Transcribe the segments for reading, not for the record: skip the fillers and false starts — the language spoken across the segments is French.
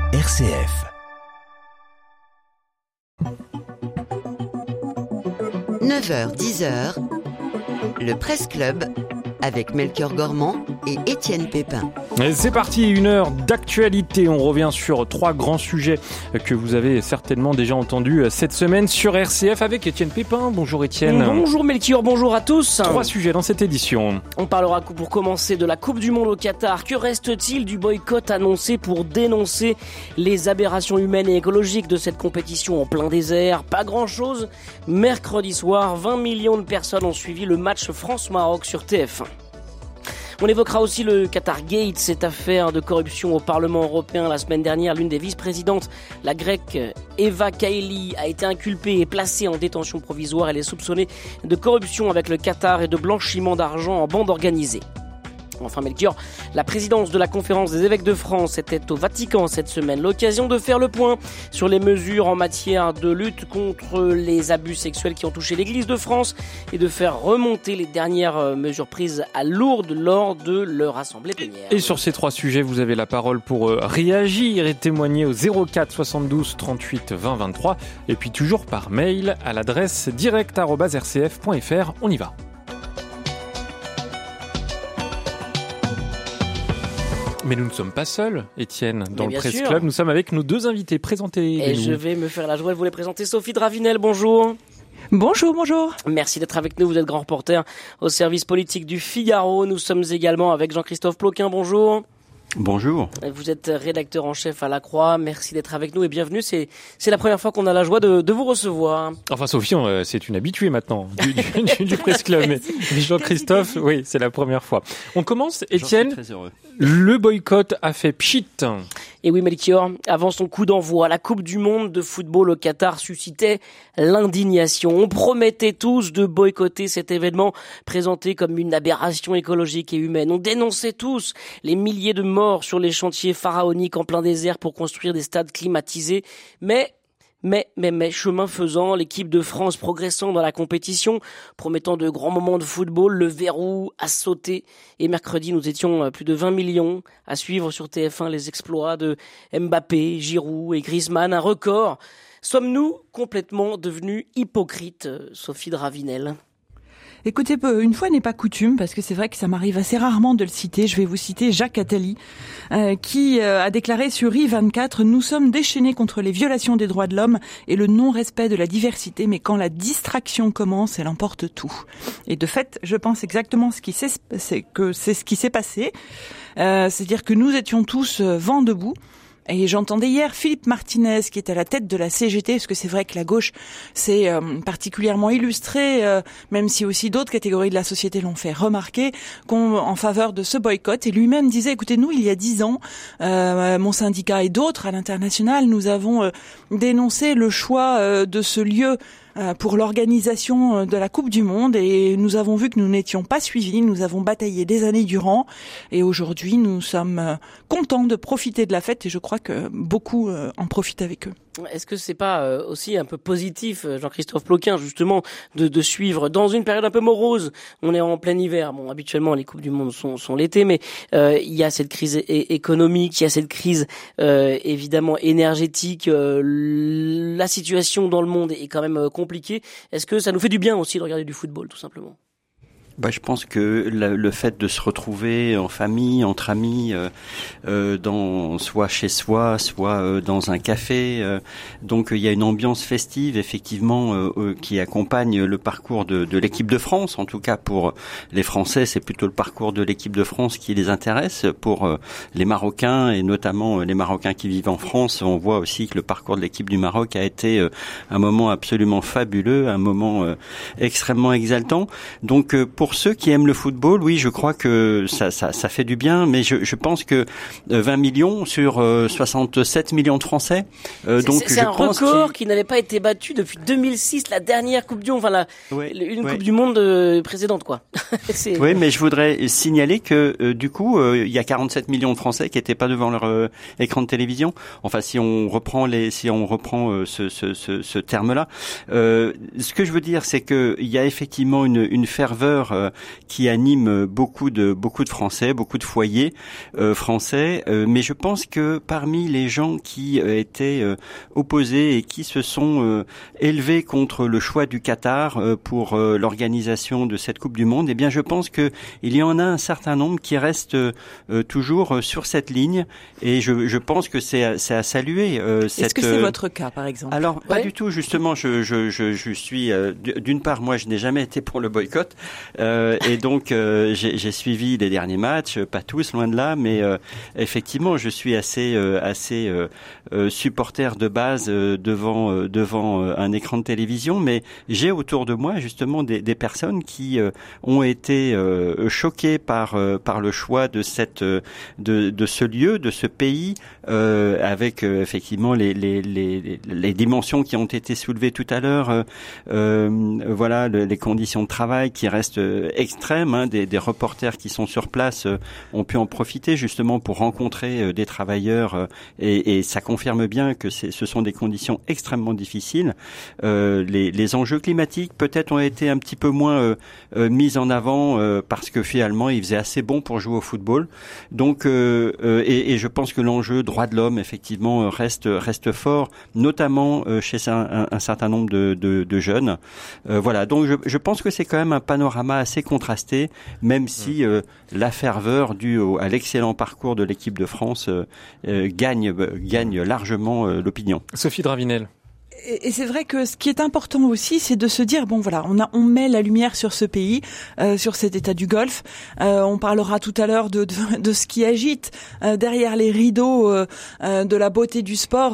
RCF. 9h, 10h, le Presse Club avec Melchior Gormand et Étienne Pépin. Et c'est parti, une heure d'actualité. On revient sur 3 grands sujets que vous avez certainement déjà entendus cette semaine sur RCF avec Étienne Pépin. Bonjour Étienne. Bonjour Melchior, bonjour à tous. 3 sujets dans cette édition. On parlera pour commencer de la Coupe du Monde au Qatar. Que reste-t-il du boycott annoncé pour dénoncer les aberrations humaines et écologiques de cette compétition en plein désert? Pas grand-chose. Mercredi soir, 20 millions de personnes ont suivi le match France-Maroc sur TF1. On évoquera aussi le Qatar Gate, cette affaire de corruption au Parlement européen. La semaine dernière, l'une des vice-présidentes, la grecque Eva Kaili, a été inculpée et placée en détention provisoire. Elle est soupçonnée de corruption avec le Qatar et de blanchiment d'argent en bande organisée. Enfin Melchior, la présidence de la conférence des évêques de France était au Vatican cette semaine. L'occasion de faire le point sur les mesures en matière de lutte contre les abus sexuels qui ont touché l'église de France et de faire remonter les dernières mesures prises à Lourdes lors de leur assemblée plénière. Et sur ces 3 sujets, vous avez la parole pour réagir et témoigner au 04 72 38 20 23 et puis toujours par mail à l'adresse direct@rcf.fr. On y va. Mais nous ne sommes pas seuls, Étienne, dans le Presse Club. Nous sommes avec nos 2 invités. Présentez-les-nous. Et je vais me faire la joie de vous les présenter. Sophie Dravinel, bonjour. Bonjour. Merci d'être avec nous. Vous êtes grand reporter au service politique du Figaro. Nous sommes également avec Jean-Christophe Ploquin. Bonjour. Bonjour. Vous êtes rédacteur en chef à La Croix. Merci d'être avec nous et bienvenue. C'est la première fois qu'on a la joie de vous recevoir. Enfin, Sophie, c'est une habituée maintenant du Presse Club. Mais Jean-Christophe, oui, c'est la première fois. On commence, Étienne. Très heureux. Le boycott a fait pchit. Et oui, Melchior, avant son coup d'envoi, la Coupe du Monde de football au Qatar suscitait l'indignation. On promettait tous de boycotter cet événement présenté comme une aberration écologique et humaine. On dénonçait tous les milliers de morts sur les chantiers pharaoniques en plein désert pour construire des stades climatisés. Mais chemin faisant, l'équipe de France progressant dans la compétition, promettant de grands moments de football, le verrou a sauté. Et mercredi, nous étions plus de 20 millions à suivre sur TF1 les exploits de Mbappé, Giroud et Griezmann, un record. Sommes-nous complètement devenus hypocrites, Sophie Dravinel ? Écoutez, une fois n'est pas coutume, parce que c'est vrai que ça m'arrive assez rarement de le citer. Je vais vous citer Jacques Attali, qui a déclaré sur I24 « Nous sommes déchaînés contre les violations des droits de l'homme et le non-respect de la diversité, mais quand la distraction commence, elle emporte tout. » Et de fait, je pense exactement c'est ce qui s'est passé. C'est-à-dire que nous étions tous vent debout. Et j'entendais hier Philippe Martinez qui est à la tête de la CGT, parce que c'est vrai que la gauche s'est particulièrement illustrée, même si aussi d'autres catégories de la société l'ont fait remarquer, en faveur de ce boycott. Et lui-même disait, écoutez, nous, il y a 10 ans, mon syndicat et d'autres à l'international, nous avons dénoncé le choix de ce lieu pour l'organisation de la Coupe du Monde et nous avons vu que nous n'étions pas suivis, nous avons bataillé des années durant et aujourd'hui nous sommes contents de profiter de la fête et je crois que beaucoup en profitent avec eux. Est-ce que c'est pas aussi un peu positif, Jean-Christophe Ploquin, justement, de suivre dans une période un peu morose? On est en plein hiver. Bon, habituellement, les Coupes du Monde sont l'été, mais il y a cette crise économique, il y a cette crise évidemment énergétique. La situation dans le monde est quand même compliquée. Est-ce que ça nous fait du bien aussi de regarder du football, tout simplement? Je pense que le fait de se retrouver en famille, entre amis, soit chez soi, soit dans un café, donc il y a une ambiance festive effectivement qui accompagne le parcours de l'équipe de France. En tout cas pour les Français, c'est plutôt le parcours de l'équipe de France qui les intéresse. Pour les Marocains et notamment les Marocains qui vivent en France, on voit aussi que le parcours de l'équipe du Maroc a été un moment absolument fabuleux, un moment extrêmement exaltant. Donc pour ceux qui aiment le football, oui, je crois que ça fait du bien, mais je pense que 20 millions sur 67 millions de Français. C'est un record qui n'avait pas été battu depuis 2006, la dernière Coupe du Monde, Coupe du Monde précédente, quoi. Oui, mais je voudrais signaler que du coup, il y a 47 millions de Français qui n'étaient pas devant leur écran de télévision. Enfin, si on reprend ce terme-là, ce que je veux dire, c'est que il y a effectivement une ferveur qui anime beaucoup de Français, beaucoup de foyers français. Mais je pense que parmi les gens qui étaient opposés et qui se sont élevés contre le choix du Qatar pour l'organisation de cette Coupe du Monde, eh bien je pense que il y en a un certain nombre qui restent toujours sur cette ligne, et je pense que c'est à saluer. Est-ce que c'est votre cas, par exemple? Alors pas du tout, justement. Je suis d'une part, moi je n'ai jamais été pour le boycott, et donc j'ai suivi les derniers matchs, pas tous, loin de là, mais effectivement je suis assez supporter de base devant un écran de télévision, mais j'ai autour de moi justement des personnes qui ont été choquées par le choix de ce lieu, de ce pays, avec effectivement les dimensions qui ont été soulevées tout à l'heure, voilà, les conditions de travail qui restent extrêmes, hein, des reporters qui sont sur place ont pu en profiter justement pour rencontrer des travailleurs, et ça confirme bien que ce sont des conditions extrêmement difficiles. Les enjeux climatiques peut-être ont été un petit peu moins mis en avant parce que finalement il faisait assez bon pour jouer au football. Donc et je pense que l'enjeu droits de l'homme effectivement reste fort, notamment chez un certain nombre de jeunes. Voilà, donc je pense que c'est quand même un panorama assez contrasté, même si la ferveur due à l'excellent parcours de l'équipe de France gagne largement l'opinion. Sophie Dravinel. Et c'est vrai que ce qui est important aussi, c'est de se dire, bon voilà, on met la lumière sur ce pays, sur cet état du Golfe. On parlera tout à l'heure de ce qui agite derrière les rideaux de la beauté du sport,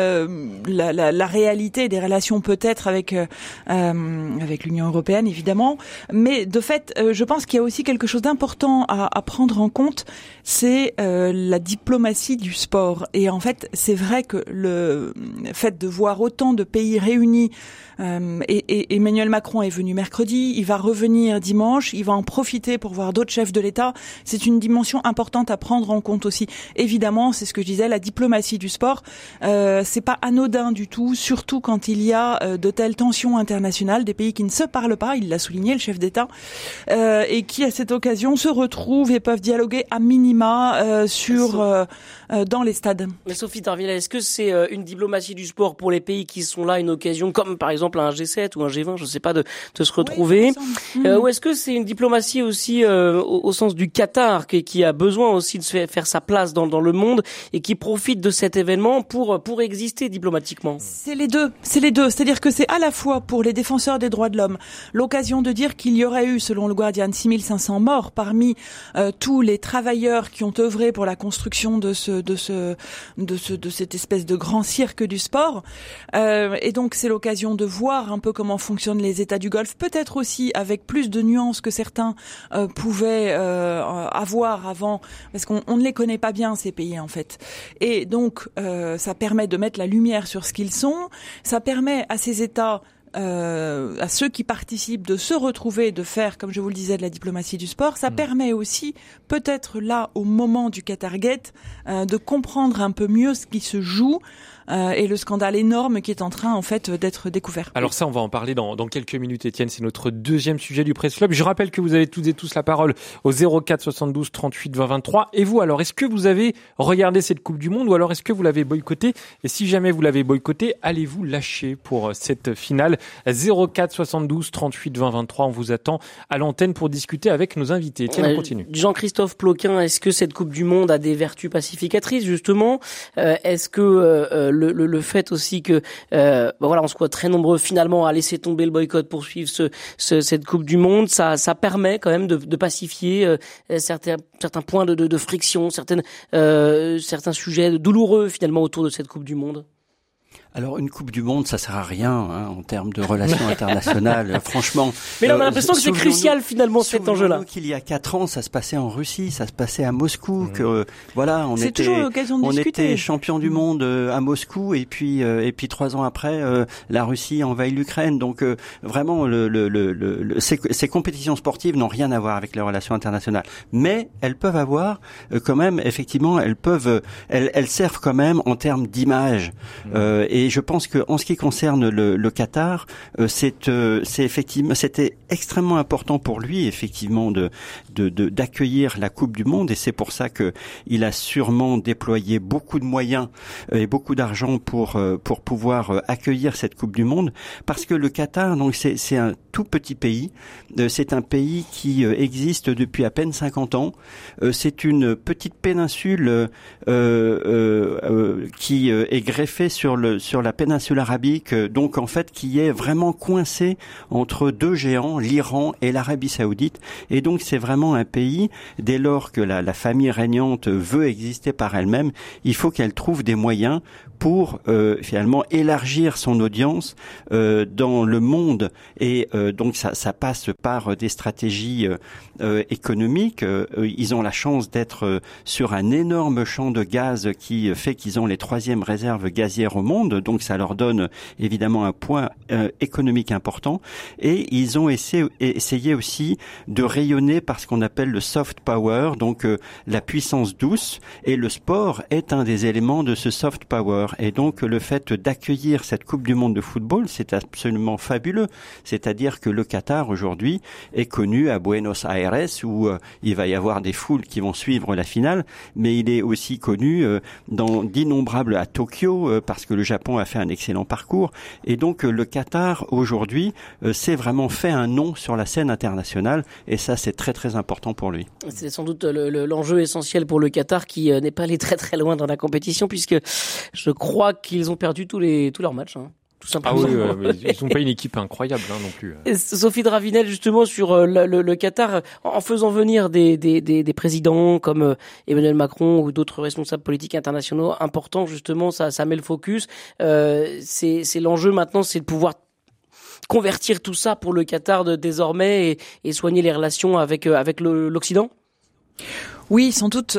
la réalité des relations peut-être avec l'Union européenne évidemment. Mais de fait, je pense qu'il y a aussi quelque chose d'important à prendre en compte, c'est la diplomatie du sport. Et en fait, c'est vrai que le fait de voir autant de pays réunis, et Emmanuel Macron est venu mercredi, il va revenir dimanche, il va en profiter pour voir d'autres chefs de l'État. C'est une dimension importante à prendre en compte aussi. Évidemment, c'est ce que je disais, la diplomatie du sport, c'est pas anodin du tout, surtout quand il y a de telles tensions internationales, des pays qui ne se parlent pas, il l'a souligné, le chef d'État, et qui à cette occasion se retrouvent et peuvent dialoguer à minima dans les stades. Mais Sophie Dravinel, est-ce que c'est une diplomatie du sport pour les pays qui sont là, une occasion, comme par exemple un G7 ou un G20, je ne sais pas, de se retrouver, ou est-ce que c'est une diplomatie aussi au sens du Qatar qui a besoin aussi de faire sa place dans le monde et qui profite de cet événement pour exister diplomatiquement? C'est les deux. C'est-à-dire que c'est à la fois pour les défenseurs des droits de l'homme l'occasion de dire qu'il y aurait eu, selon le Guardian, 6500 morts parmi tous les travailleurs qui ont œuvré pour la construction de cette espèce de grand cirque du sport. Et donc c'est l'occasion de voir un peu comment fonctionnent les États du Golfe, peut-être aussi avec plus de nuances que certains pouvaient avoir avant, parce qu'on ne les connaît pas bien ces pays en fait. Et donc ça permet de mettre la lumière sur ce qu'ils sont, ça permet à ces États, à ceux qui participent, de se retrouver, de faire, comme je vous le disais, de la diplomatie du sport. Ça permet aussi, peut-être là, au moment du Qatargate, de comprendre un peu mieux ce qui se joue et le scandale énorme qui est en train, en fait, d'être découvert. Alors ça, on va en parler dans quelques minutes, Étienne. C'est notre deuxième sujet du Presse Club. Je rappelle que vous avez toutes et tous la parole au 04 72 38 20 23. Et vous, alors, est-ce que vous avez regardé cette Coupe du Monde ou alors est-ce que vous l'avez boycottée? Et si jamais vous l'avez boycottée, allez-vous lâcher pour cette finale? 04 72 38 20 23. On vous attend à l'antenne pour discuter avec nos invités. Étienne, on continue. Jean-Christophe Ploquin, est-ce que cette Coupe du Monde a des vertus pacificatrices, justement? Est-ce que le fait aussi que on soit très nombreux finalement à laisser tomber le boycott pour suivre cette Coupe du Monde, ça permet quand même de pacifier certains points de friction, certains sujets douloureux finalement autour de cette Coupe du Monde? Alors une Coupe du Monde, ça sert à rien en termes de relations internationales, franchement. Mais là, on a l'impression que c'est crucial finalement cet enjeu-là. Qu'il y a 4 ans, ça se passait en Russie, ça se passait à Moscou. Que voilà, on était champion du monde à Moscou, et puis 3 ans après, la Russie envahit l'Ukraine. Donc vraiment, ces compétitions sportives n'ont rien à voir avec les relations internationales, mais elles peuvent avoir quand même, effectivement, elles servent quand même en termes d'image. Et Et je pense que en ce qui concerne le Qatar, c'est effectivement, c'était extrêmement important pour lui effectivement d'accueillir la Coupe du Monde, et c'est pour ça que il a sûrement déployé beaucoup de moyens et beaucoup d'argent pour pouvoir accueillir cette Coupe du Monde, parce que le Qatar, donc c'est un tout petit pays, c'est un pays qui existe depuis à peine 50 ans, c'est une petite péninsule qui est greffée sur la péninsule arabique, donc en fait qui est vraiment coincée entre deux géants, l'Iran et l'Arabie Saoudite, et donc c'est vraiment un pays, dès lors que la famille régnante veut exister par elle-même, il faut qu'elle trouve des moyens pour finalement élargir son audience dans le monde, et donc ça passe par des stratégies économiques. Ils ont la chance d'être sur un énorme champ de gaz qui fait qu'ils ont les 3e réserves gazières au monde, donc ça leur donne évidemment un point économique important, et ils ont essayé aussi de rayonner par ce qu'on appelle le soft power, donc la puissance douce, et le sport est un des éléments de ce soft power. Et donc le fait d'accueillir cette Coupe du Monde de football, c'est absolument fabuleux. C'est-à-dire que le Qatar aujourd'hui est connu à Buenos Aires, où il va y avoir des foules qui vont suivre la finale, mais il est aussi connu dans d'innombrables à Tokyo, parce que le Japon a fait un excellent parcours. Et donc le Qatar aujourd'hui s'est vraiment fait un nom sur la scène internationale, et ça c'est très très important pour lui. C'est sans doute l'enjeu essentiel pour le Qatar, qui n'est pas allé très très loin dans la compétition, puisque je crois qu'ils ont perdu tous leurs matchs. Tout simplement. Ah oui, mais ils n'ont pas une équipe incroyable non plus. Sophie Dravinel, justement, sur le Qatar, en faisant venir des présidents comme Emmanuel Macron ou d'autres responsables politiques internationaux importants, justement, ça met le focus. C'est l'enjeu maintenant, c'est de pouvoir convertir tout ça pour le Qatar désormais et soigner les relations avec l'Occident. Oui, sans doute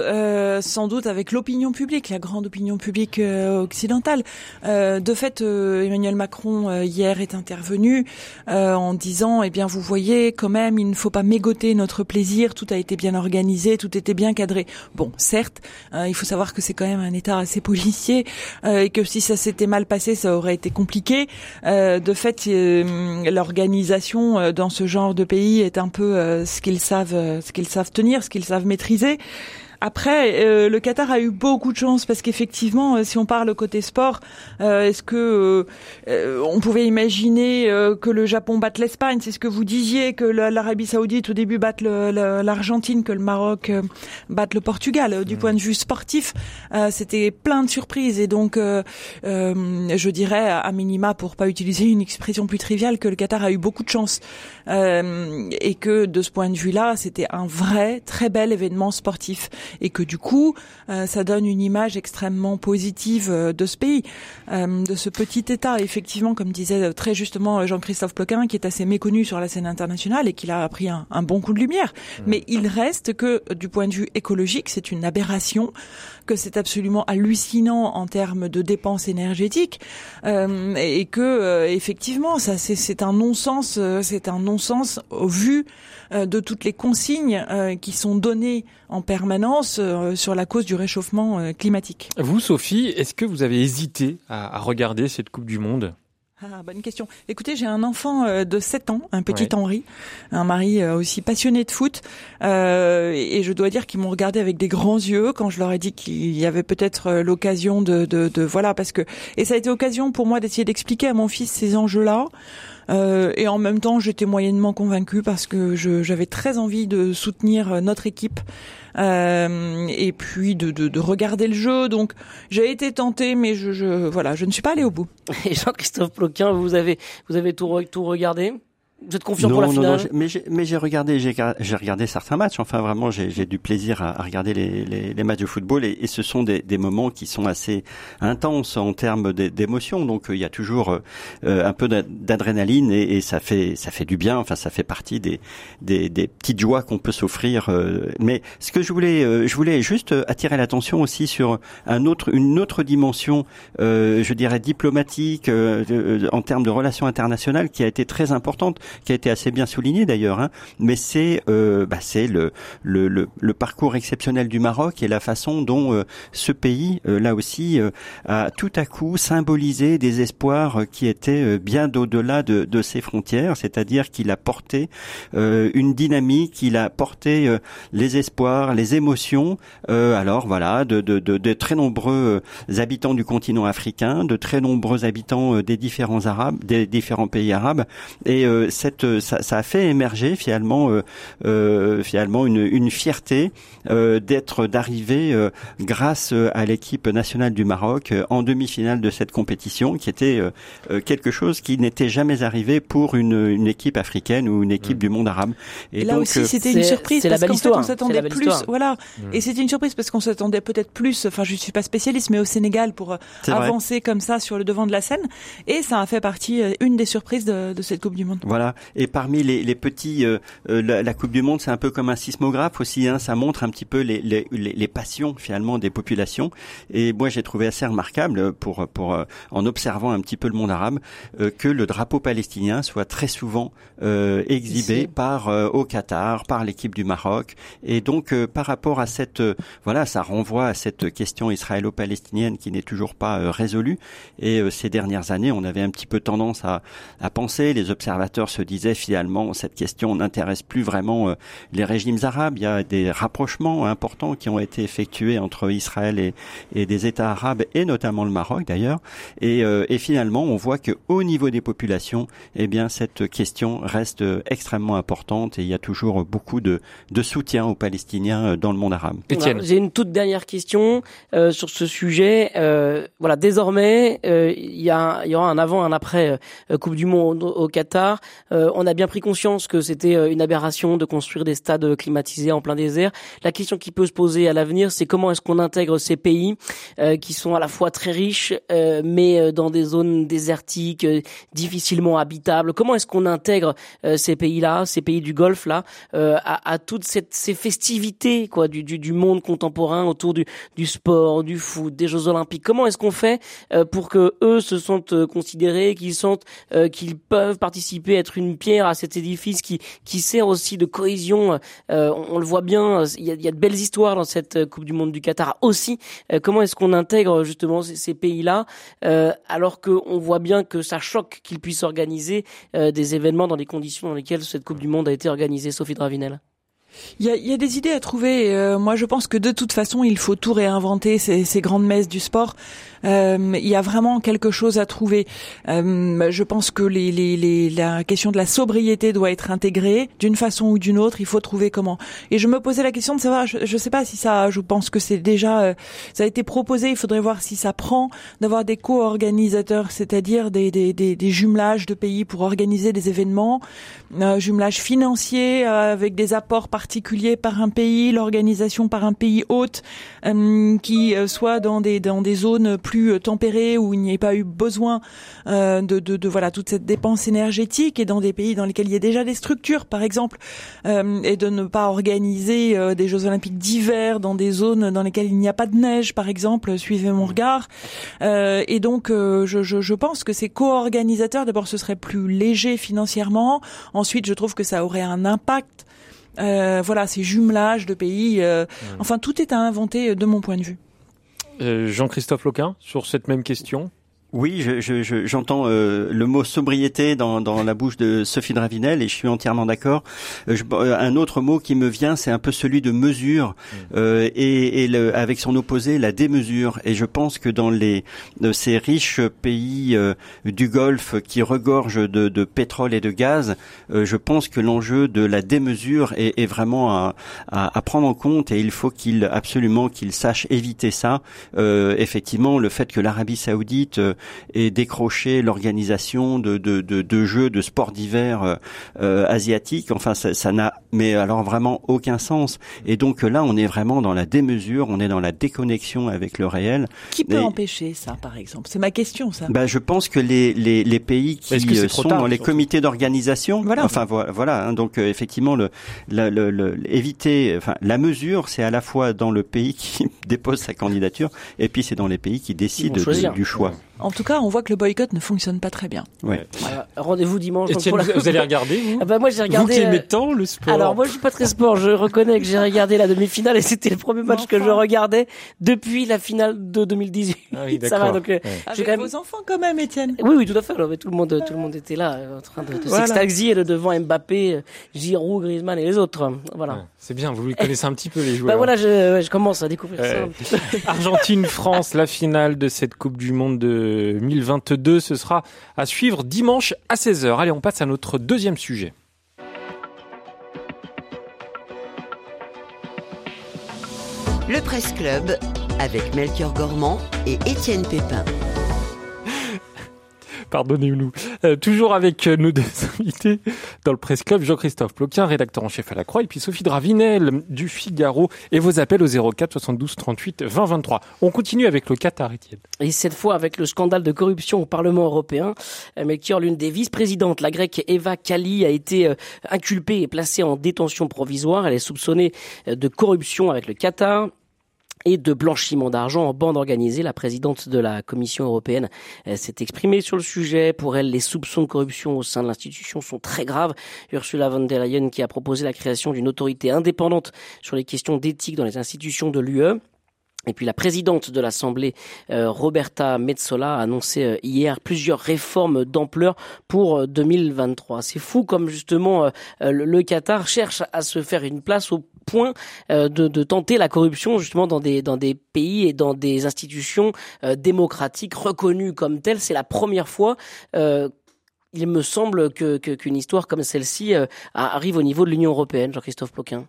avec l'opinion publique, la grande opinion publique occidentale. De fait, Emmanuel Macron hier est intervenu en disant, eh bien, vous voyez, quand même, il ne faut pas mégoter notre plaisir. Tout a été bien organisé, tout était bien cadré. Bon, certes, il faut savoir que c'est quand même un État assez policier et que si ça s'était mal passé, ça aurait été compliqué. De fait, l'organisation dans ce genre de pays est un peu ce qu'ils savent tenir, ce qu'ils savent maîtriser. Après, le Qatar a eu beaucoup de chance parce qu'effectivement, si on parle côté sport, est-ce que on pouvait imaginer que le Japon batte l'Espagne? C'est ce que vous disiez, que l'Arabie Saoudite au début batte l'Argentine, que le Maroc batte le Portugal. Du point de vue sportif, c'était plein de surprises, et donc je dirais à minima, pour pas utiliser une expression plus triviale, que le Qatar a eu beaucoup de chance et que de ce point de vue-là, c'était un vrai très bel événement sportif. Et que du coup, ça donne une image extrêmement positive de ce pays, de ce petit État, effectivement, comme disait très justement Jean-Christophe Ploquin, qui est assez méconnu sur la scène internationale et qui a pris un bon coup de lumière. Mais il reste que, du point de vue écologique, c'est une aberration, que c'est absolument hallucinant en termes de dépenses énergétiques, et que effectivement, ça c'est un non-sens, au vu de toutes les consignes qui sont données en permanence sur la cause du réchauffement climatique. Vous, Sophie, est-ce que vous avez hésité à regarder cette Coupe du Monde ? Bonne question. Écoutez, j'ai un enfant de 7 ans, un petit Henri, un mari aussi passionné de foot, et je dois dire qu'ils m'ont regardé avec des grands yeux quand je leur ai dit qu'il y avait peut-être l'occasion de voilà, parce que, et ça a été l'occasion pour moi d'essayer d'expliquer à mon fils ces enjeux-là. Et en même temps, j'étais moyennement convaincue parce que j'avais très envie de soutenir notre équipe et puis de regarder le jeu. Donc, j'ai été tentée, mais je ne suis pas allée au bout. Et Jean-Christophe Ploquin, vous avez tout regardé ? Vous êtes confiant pour la finale? Non, mais j'ai regardé certains matchs. Enfin, vraiment, j'ai du plaisir à regarder les matchs de football, et ce sont des moments qui sont assez intenses en termes d'émotion. Donc, il y a toujours un peu d'adrénaline, et ça fait du bien. Enfin, ça fait partie des petites joies qu'on peut s'offrir. Mais ce que je voulais juste attirer l'attention aussi sur une autre dimension, je dirais diplomatique, en termes de relations internationales, qui a été très importante. qui a été assez bien souligné d'ailleurs, hein, mais c'est le parcours exceptionnel du Maroc et la façon dont ce pays, là aussi, a tout à coup symbolisé des espoirs qui étaient bien au-delà de ses frontières, c'est-à-dire qu'il a porté une dynamique, il a porté les espoirs, les émotions, de très nombreux habitants du continent africain, de très nombreux habitants des différents pays arabes, et ça a fait émerger finalement une fierté d'arriver grâce à l'équipe nationale du Maroc en demi-finale de cette compétition, qui était quelque chose qui n'était jamais arrivé pour une équipe africaine ou une équipe du monde arabe. Et là donc, aussi, c'était une surprise parce qu'en fait, on s'attendait plus. Voilà. Et c'était une surprise parce qu'on s'attendait peut-être plus. Enfin, je suis pas spécialiste, mais au Sénégal pour avancer comme ça sur le devant de la scène. Et ça a fait partie une des surprises de cette Coupe du Monde. Voilà. Et parmi les petits, la Coupe du Monde, c'est un peu comme un sismographe aussi. Hein. Ça montre un petit peu les passions finalement des populations. Et moi, j'ai trouvé assez remarquable en observant un petit peu le monde arabe que le drapeau palestinien soit très souvent exhibé au Qatar, par l'équipe du Maroc. Et donc, par rapport à ça renvoie à cette question israélo-palestinienne qui n'est toujours pas résolue. Et ces dernières années, on avait un petit peu tendance à penser, les observateurs se disaient finalement, cette question n'intéresse plus vraiment les régimes arabes. Il y a des rapprochements importants qui ont été effectués entre Israël et des États arabes, et notamment le Maroc d'ailleurs. Et finalement, on voit que au niveau des populations, eh bien, cette question reste extrêmement importante, et il y a toujours beaucoup de soutien aux Palestiniens dans le monde arabe. Étienne. J'ai une toute dernière question sur ce sujet. Désormais, il y aura un avant, un après Coupe du Monde au Qatar. On a bien pris conscience que c'était une aberration de construire des stades climatisés en plein désert. La question qui peut se poser à l'avenir, c'est comment est-ce qu'on intègre ces pays qui sont à la fois très riches, mais dans des zones désertiques, difficilement habitables. Comment est-ce qu'on intègre ces pays-là, ces pays du Golfe là, à toutes ces festivités quoi du monde contemporain autour du sport, du foot, des Jeux Olympiques. Comment est-ce qu'on fait pour que eux se sentent considérés, qu'ils sentent qu'ils peuvent participer, être une pierre à cet édifice qui sert aussi de cohésion. On le voit bien, il y a de belles histoires dans cette Coupe du Monde du Qatar aussi. Comment est-ce qu'on intègre justement ces pays-là alors qu'on voit bien que ça choque qu'ils puissent organiser des événements dans les conditions dans lesquelles cette Coupe du Monde a été organisée, Sophie Dravinel? Il y a des idées à trouver. Moi, je pense que de toute façon, il faut tout réinventer, ces grandes messes du sport. Il y a vraiment quelque chose à trouver. Je pense que la question de la sobriété doit être intégrée d'une façon ou d'une autre. Il faut trouver comment. Et je me posais la question de savoir, je sais pas si ça, je pense que c'est déjà, ça a été proposé. Il faudrait voir si ça prend d'avoir des co-organisateurs, c'est-à-dire des jumelages de pays pour organiser des événements, jumelage financier avec des apports particulier par un pays, l'organisation par un pays hôte qui soit dans des zones plus tempérées où il n'y ait pas eu besoin de toute cette dépense énergétique, et dans des pays dans lesquels il y a déjà des structures par exemple, et de ne pas organiser des Jeux Olympiques d'hiver dans des zones dans lesquelles il n'y a pas de neige par exemple, suivez mon regard, et donc je pense que ces co-organisateurs, d'abord ce serait plus léger financièrement, ensuite je trouve que ça aurait un impact. Ces jumelages de pays, enfin tout est à inventer de mon point de vue. Jean-Christophe Loquin, sur cette même question. Oui, j'entends le mot sobriété dans la bouche de Sophie Dravinel, et je suis entièrement d'accord. Un autre mot qui me vient, c'est un peu celui de mesure, avec son opposé, la démesure. Et je pense que dans ces riches pays du Golfe qui regorgent de pétrole et de gaz, je pense que l'enjeu de la démesure est vraiment à prendre en compte, et il faut absolument qu'il sache éviter ça. Effectivement, le fait que l'Arabie Saoudite et décrocher l'organisation de jeux de sport d'hiver asiatiques. Enfin, ça n'a mais alors vraiment aucun sens. Et donc là, on est vraiment dans la démesure, on est dans la déconnexion avec le réel. Qui peut empêcher ça, par exemple? C'est ma question, ça. Je pense que les pays qui sont dans les comités d'organisation, voilà. Enfin voilà. Hein, donc effectivement, éviter, enfin la mesure, c'est à la fois dans le pays qui dépose sa candidature, et puis c'est dans les pays qui décident du choix. En tout cas, on voit que le boycott ne fonctionne pas très bien. Ouais. Rendez-vous dimanche. Etienne, vous allez regarder, vous? Moi, j'ai regardé. Vous qui aimez tant le sport. Alors, moi, je suis pas très sport. Je reconnais que j'ai regardé la demi-finale et c'était le premier match que je regardais depuis la finale de 2018. Ah oui, ça va, donc, Avec j'ai quand même... vos enfants quand même, Étienne. Oui, tout à fait. Alors, tout le monde était là, en train de s'extasier devant Mbappé, Giroud, Griezmann et les autres. Voilà. Ouais, c'est bien, vous les connaissez un petit peu, les joueurs. Je commence à découvrir ça. Argentine-France, la finale de cette Coupe du Monde de 2022, ce sera à suivre dimanche à 16h. Allez, on passe à notre deuxième sujet. Le Presse Club avec Melchior Gormand et Étienne Pépin. Pardonnez-nous. Toujours avec nos deux invités dans le Presse Club, Jean-Christophe Ploquin, rédacteur en chef à La Croix, et puis Sophie Dravinel du Figaro, et vos appels au 04 72 38 20 23. On continue avec le Qatar, Étienne. Et cette fois avec le scandale de corruption au Parlement européen. Melchior, l'une des vice-présidentes, la grecque Eva Kaili, a été inculpée et placée en détention provisoire. Elle est soupçonnée de corruption avec le Qatar et de blanchiment d'argent en bande organisée. La présidente de la Commission européenne s'est exprimée sur le sujet. Pour elle, les soupçons de corruption au sein de l'institution sont très graves. Ursula von der Leyen qui a proposé la création d'une autorité indépendante sur les questions d'éthique dans les institutions de l'UE. Et puis la présidente de l'Assemblée, Roberta Metsola, a annoncé hier plusieurs réformes d'ampleur pour 2023. C'est fou comme justement le Qatar cherche à se faire une place au point de tenter la corruption justement dans des pays et dans des institutions démocratiques reconnues comme telles. C'est la première fois. Il me semble qu'une histoire comme celle-ci arrive au niveau de l'Union européenne, Jean-Christophe Ploquin.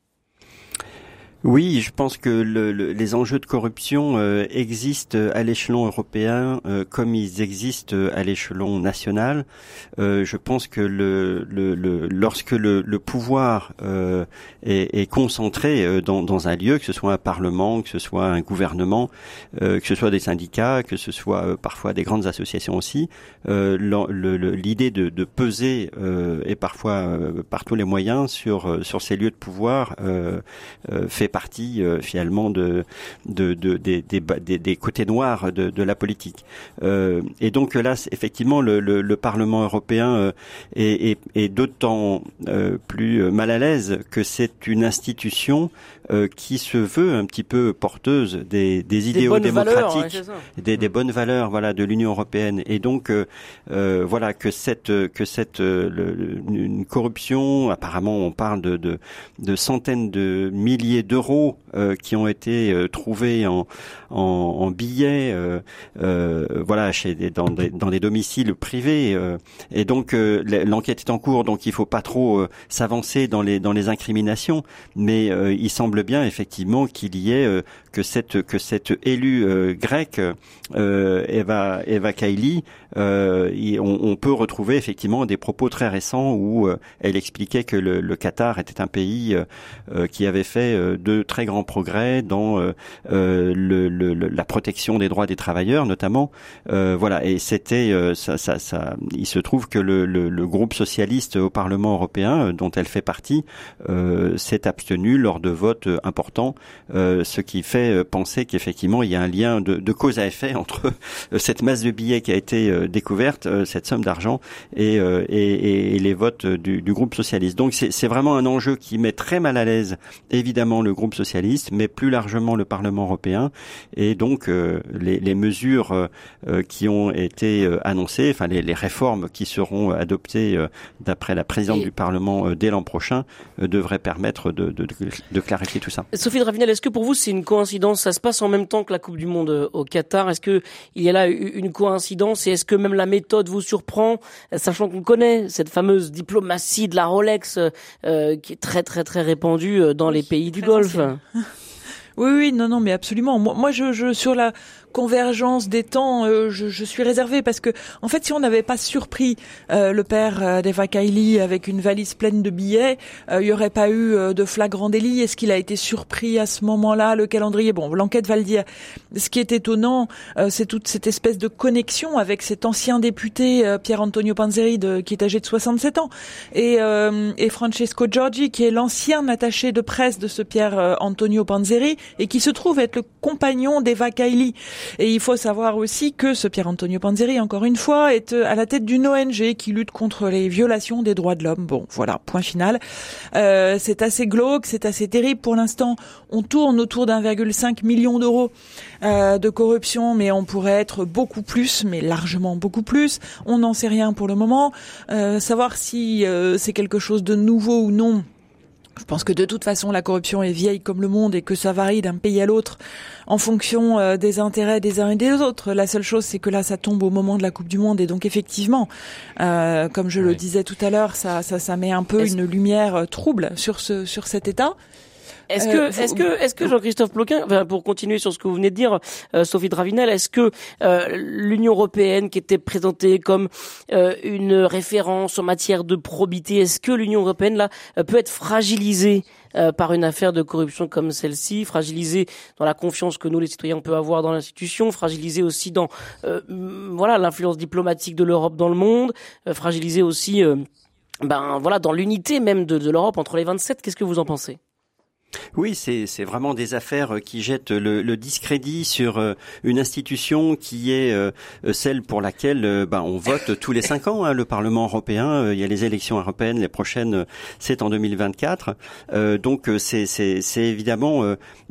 Oui, je pense que les enjeux de corruption existent à l'échelon européen comme ils existent à l'échelon national. Je pense que lorsque le pouvoir est concentré dans un lieu, que ce soit un parlement, que ce soit un gouvernement, que ce soit des syndicats, que ce soit parfois des grandes associations aussi, l'idée de peser et parfois par tous les moyens sur ces lieux de pouvoir fait partie finalement des côtés noirs de la politique. Et donc là, effectivement, le Parlement européen est d'autant plus mal à l'aise que c'est une institution qui se veut un petit peu porteuse des idéaux démocratiques, des bonnes valeurs, voilà, de l'Union européenne. Et donc voilà que une corruption, apparemment on parle de centaines de milliers d'euros qui ont été trouvés en billets, voilà, dans des domiciles privés. Et donc l'enquête est en cours, donc il faut pas trop s'avancer dans les incriminations, mais il semble bien effectivement qu'il y ait que cette élue grecque Eva Kaili, on peut retrouver effectivement des propos très récents où elle expliquait que le Qatar était un pays qui avait fait de très grands progrès dans la protection des droits des travailleurs notamment. Voilà, et c'était il se trouve que le groupe socialiste au Parlement européen dont elle fait partie s'est abstenu lors de votes importants, ce qui fait penser qu'effectivement il y a un lien de cause à effet entre cette masse de billets qui a été découverte, cette somme d'argent et les votes du groupe socialiste. Donc c'est vraiment un enjeu qui met très mal à l'aise évidemment le groupe socialiste, mais plus largement le Parlement européen, et donc les mesures qui ont été annoncées, enfin les réformes qui seront adoptées d'après la présidente du Parlement dès l'an prochain devraient permettre de clarifier tout ça. Sophie Dravinel, est-ce que pour vous c'est une coïncidence? Ça se passe en même temps que la Coupe du Monde au Qatar. Est-ce que il y a là une coïncidence, et est-ce que même la méthode vous surprend, sachant qu'on connaît cette fameuse diplomatie de la Rolex qui est très très très répandue dans les pays du Golfe? Oui, non, mais absolument. Moi, je sur la convergence des temps, je suis réservée parce que, en fait, si on n'avait pas surpris le père d'Eva Kaili avec une valise pleine de billets, il y aurait pas eu de flagrant délit. Est-ce qu'il a été surpris à ce moment-là? Le calendrier, bon, l'enquête va le dire. Ce qui est étonnant, c'est toute cette espèce de connexion avec cet ancien député Pier Antonio Panzeri qui est âgé de 67 ans et Francesco Giorgi qui est l'ancien attaché de presse de ce Pier Antonio Panzeri et qui se trouve être le compagnon d'Eva Kaili. Et il faut savoir aussi que ce Pier Antonio Panzeri, encore une fois, est à la tête d'une ONG qui lutte contre les violations des droits de l'homme. Bon, voilà, point final. C'est assez glauque, c'est assez terrible. Pour l'instant, on tourne autour d'1,5 million d'euros de corruption, mais on pourrait être beaucoup plus, mais largement beaucoup plus. On n'en sait rien pour le moment. Savoir si c'est quelque chose de nouveau ou non. Je pense que de toute façon, la corruption est vieille comme le monde et que ça varie d'un pays à l'autre en fonction des intérêts des uns et des autres. La seule chose, c'est que là, ça tombe au moment de la Coupe du Monde et donc effectivement, comme je le disais tout à l'heure, ça met un peu une lumière trouble sur cet état. Est-ce que Jean-Christophe Ploquin, pour continuer sur ce que vous venez de dire, Sophie de Ravenel, est-ce que l'Union européenne, qui était présentée comme une référence en matière de probité, est-ce que l'Union européenne là peut être fragilisée par une affaire de corruption comme celle-ci, fragilisée dans la confiance que nous les citoyens on peut avoir dans l'institution, fragilisée aussi dans l'influence diplomatique de l'Europe dans le monde, fragilisée aussi dans l'unité même de l'Europe entre les 27. Qu'est-ce que vous en pensez ? Oui, c'est vraiment des affaires qui jettent le discrédit sur une institution qui est celle pour laquelle on vote tous les 5 ans, le Parlement européen. Il y a les élections européennes, les prochaines c'est en 2024. Donc c'est évidemment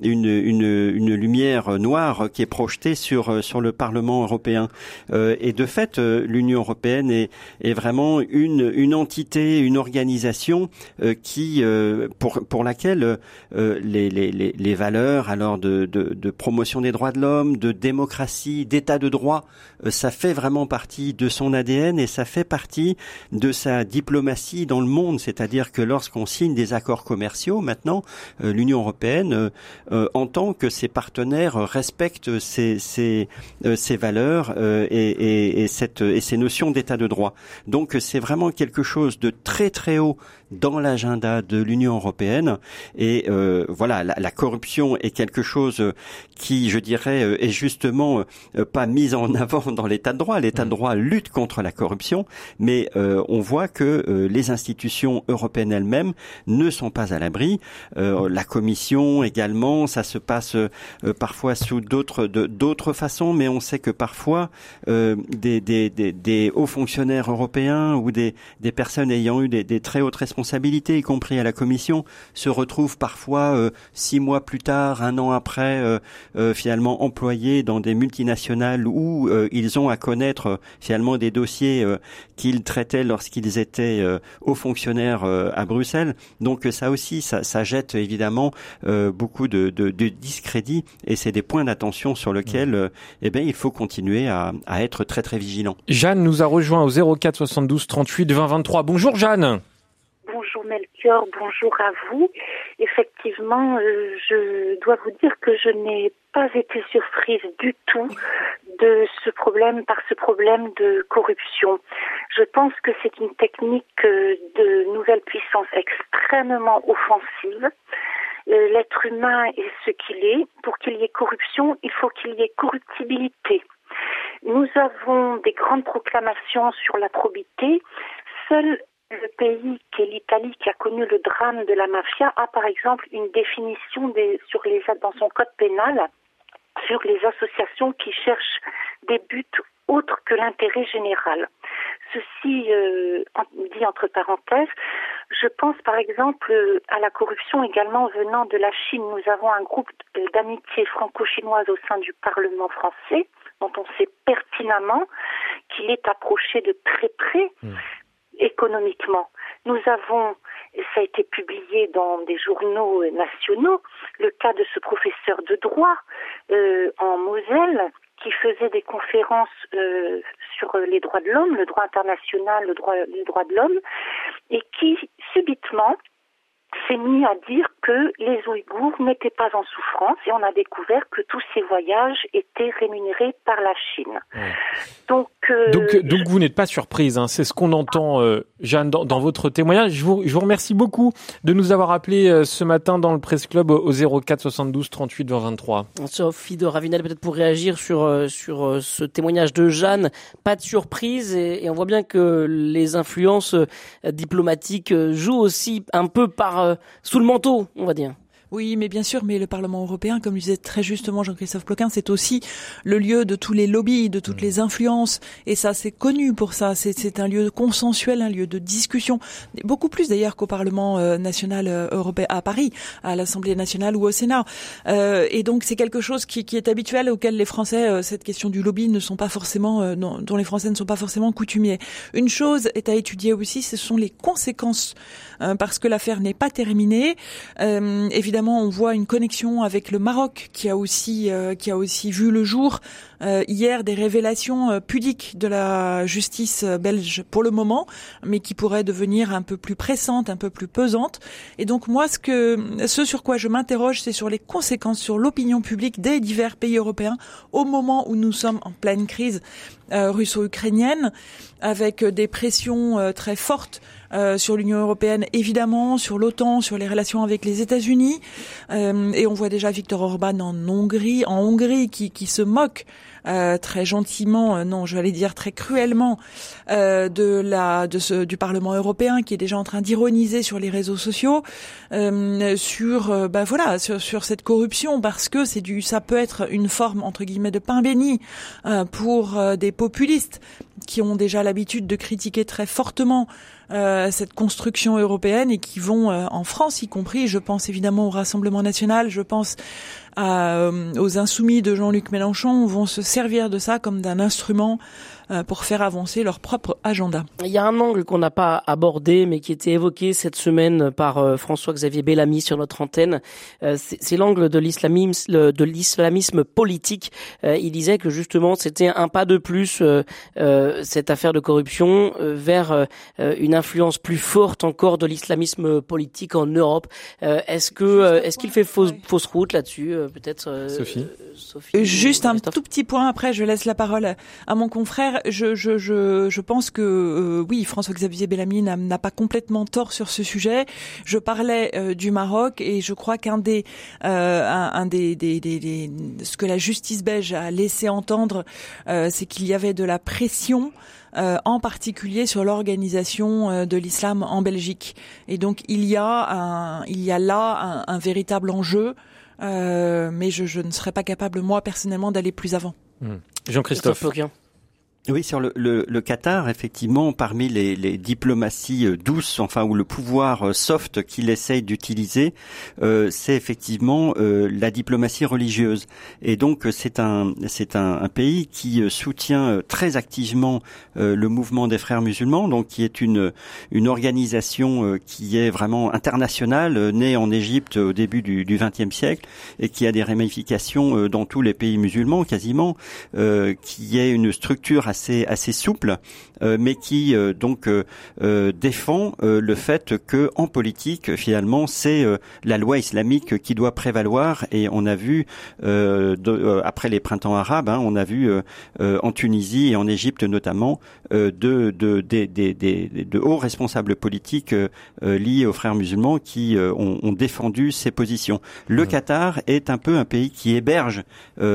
une lumière noire qui est projetée sur le Parlement européen. Et de fait, l'Union européenne est vraiment une entité, une organisation qui pour laquelle les valeurs alors de promotion des droits de l'homme, de démocratie, d'état de droit, ça fait vraiment partie de son ADN et ça fait partie de sa diplomatie dans le monde. C'est-à-dire que lorsqu'on signe des accords commerciaux, maintenant, l'Union européenne entend que ses partenaires respectent ces valeurs et ces notions d'état de droit. Donc c'est vraiment quelque chose de très très haut dans l'agenda de l'Union européenne et la corruption est quelque chose qui, je dirais, est justement pas mise en avant dans l'état de droit. L'état de droit lutte contre la corruption, mais on voit que les institutions européennes elles-mêmes ne sont pas à l'abri. La Commission également, ça se passe parfois sous d'autres façons, mais on sait que parfois des hauts fonctionnaires européens ou des personnes ayant eu des très hautes responsabilités, y compris à la Commission, se retrouvent parfois 6 mois plus tard, 1 an après, finalement employés dans des multinationales où ils ont à connaître finalement des dossiers qu'ils traitaient lorsqu'ils étaient hauts fonctionnaires à Bruxelles. Donc ça aussi, ça jette évidemment beaucoup de discrédit et c'est des points d'attention sur lesquels il faut continuer à être très très vigilant. Jeanne nous a rejoint au 04 72 38 20 23. Bonjour Jeanne. Bonjour Melchior, bonjour à vous. Effectivement, je dois vous dire que je n'ai pas été surprise du tout par ce problème de corruption. Je pense que c'est une technique de nouvelle puissance extrêmement offensive. L'être humain est ce qu'il est. Pour qu'il y ait corruption, il faut qu'il y ait corruptibilité. Nous avons des grandes proclamations sur la probité. Seul le pays qui est l'Italie, qui a connu le drame de la mafia, a par exemple une définition dans son code pénal sur les associations qui cherchent des buts autres que l'intérêt général. Ceci dit entre parenthèses, je pense par exemple à la corruption également venant de la Chine. Nous avons un groupe d'amitié franco-chinoise au sein du Parlement français, dont on sait pertinemment qu'il est approché de très près économiquement. Nous avons, ça a été publié dans des journaux nationaux, le cas de ce professeur de droit en Moselle qui faisait des conférences sur les droits de l'homme, le droit international, les droits de l'homme, et qui subitement s'est mis à dire que les Ouïghours n'étaient pas en souffrance et on a découvert que tous ces voyages étaient rémunérés par la Chine. Donc vous n'êtes pas surprise, hein, c'est ce qu'on entend, Jeanne, dans votre témoignage. Je vous remercie beaucoup de nous avoir appelé ce matin dans le Presse Club au 04 72 38 20 23. Sophie de Ravenel, peut-être pour réagir sur ce témoignage de Jeanne, pas de surprise et on voit bien que les influences diplomatiques jouent aussi un peu sous le manteau, on va dire. Oui, mais bien sûr, mais le Parlement européen, comme le disait très justement Jean-Christophe Ploquin, c'est aussi le lieu de tous les lobbies, de toutes les influences. Et ça, c'est connu pour ça. C'est un lieu consensuel, un lieu de discussion. Beaucoup plus d'ailleurs qu'au Parlement national européen, à Paris, à l'Assemblée nationale ou au Sénat. Et donc, c'est quelque chose qui est habituel, auquel les Français, cette question du lobby, ne sont pas forcément, dont les Français ne sont pas forcément coutumiers. Une chose est à étudier aussi, ce sont les conséquences, parce que l'affaire n'est pas terminée. Évidemment, on voit une connexion avec le Maroc qui a aussi vu le jour hier, des révélations pudiques de la justice belge pour le moment, mais qui pourraient devenir un peu plus pressantes, un peu plus pesantes. Et donc moi, ce sur quoi je m'interroge, c'est sur les conséquences sur l'opinion publique des divers pays européens au moment où nous sommes en pleine crise russo-ukrainienne, avec des pressions très fortes sur l'Union européenne, évidemment, sur l'OTAN, sur les relations avec les États-Unis. Et on voit déjà Viktor Orban en Hongrie qui se moque très gentiment, non, je vais aller dire très cruellement, du Parlement européen, qui est déjà en train d'ironiser sur les réseaux sociaux, sur cette corruption, parce que ça peut être une forme entre guillemets de pain béni pour des populistes qui ont déjà l'habitude de critiquer très fortement cette construction européenne et qui vont, en France y compris, je pense évidemment au Rassemblement national, je pense aux Insoumis de Jean-Luc Mélenchon, vont se servir de ça comme d'un instrument pour faire avancer leur propre agenda. Il y a un angle qu'on n'a pas abordé, mais qui était évoqué cette semaine par François-Xavier Bellamy sur notre antenne. C'est l'angle de l'islamisme politique. Il disait que justement, c'était un pas de plus, cette affaire de corruption, vers une influence plus forte encore de l'islamisme politique en Europe. Est-ce qu'il fait fausse route là-dessus, peut-être Sophie. Juste un tout petit point, après je laisse la parole à mon confrère. Je pense que oui, François-Xavier Bellamy n'a pas complètement tort sur ce sujet. Je parlais du Maroc et je crois ce que la justice belge a laissé entendre, c'est qu'il y avait de la pression, en particulier sur l'organisation de l'islam en Belgique. Et donc il y a là un véritable enjeu, mais je ne serais pas capable moi personnellement d'aller plus avant. Jean-Christophe. Oui, sur le Qatar, effectivement, parmi les diplomaties douces, enfin, ou le pouvoir soft qu'il essaye d'utiliser, c'est effectivement la diplomatie religieuse. Et donc, c'est un pays qui soutient très activement le mouvement des Frères musulmans, donc qui est une organisation qui est vraiment internationale, née en Égypte au début du XXe siècle, et qui a des ramifications dans tous les pays musulmans, quasiment, qui est une structure assez souple, mais qui défend le fait que en politique, finalement, c'est la loi islamique qui doit prévaloir. Et on a vu après les printemps arabes, on a vu en Tunisie et en Égypte notamment de hauts responsables politiques liés aux Frères musulmans qui ont défendu ces positions. Le Qatar est un peu un pays qui héberge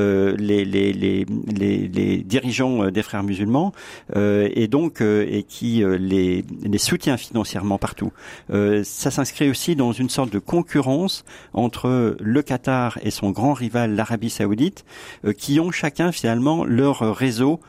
les dirigeants des Frères musulmans et qui les soutient financièrement partout. Ça s'inscrit aussi dans une sorte de concurrence entre le Qatar et son grand rival, l'Arabie Saoudite, qui ont chacun finalement leur réseau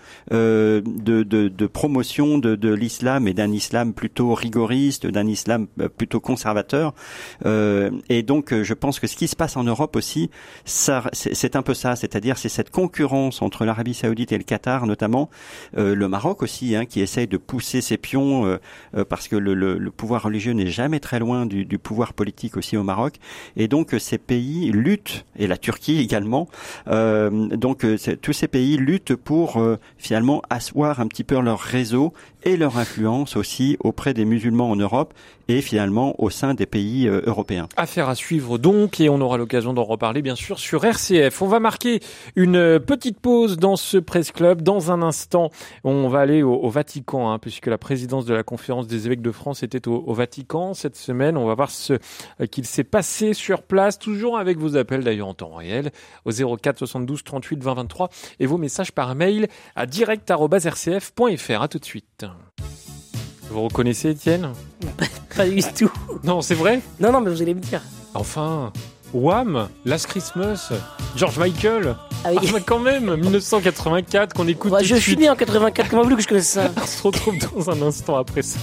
de promotion de l'islam et d'un islam plutôt rigoriste, d'un islam plutôt conservateur. Et donc, je pense que ce qui se passe en Europe aussi, c'est un peu ça, c'est-à-dire c'est cette concurrence entre l'Arabie Saoudite et le Qatar notamment, le Maroc aussi, qui essaye de pousser ses pions parce que le pouvoir religieux n'est jamais très loin du pouvoir politique aussi au Maroc. Et donc ces pays luttent, et la Turquie également, tous ces pays luttent pour finalement asseoir un petit peu leur réseau et leur influence aussi auprès des musulmans en Europe et finalement au sein des pays européens. Affaire à suivre donc, et on aura l'occasion d'en reparler bien sûr sur RCF. On va marquer une petite pause dans ce Presse Club. Dans un instant, on va aller au Vatican, puisque la présidence de la Conférence des évêques de France était au Vatican cette semaine. On va voir ce qu'il s'est passé sur place, toujours avec vos appels d'ailleurs en temps réel, au 04 72 38 20 23, et vos messages par mail à direct@rcf.fr. À tout de suite. Vous reconnaissez Étienne ? Pas du tout. Non, c'est vrai ? Non, mais vous allez me dire. Enfin, Wham, Last Christmas, George Michael. Ah oui. bah quand même, 1984 qu'on écoute tout Je de suis suite. né en 84, comment voulez que je connaisse ça? On se retrouve dans un instant après ça.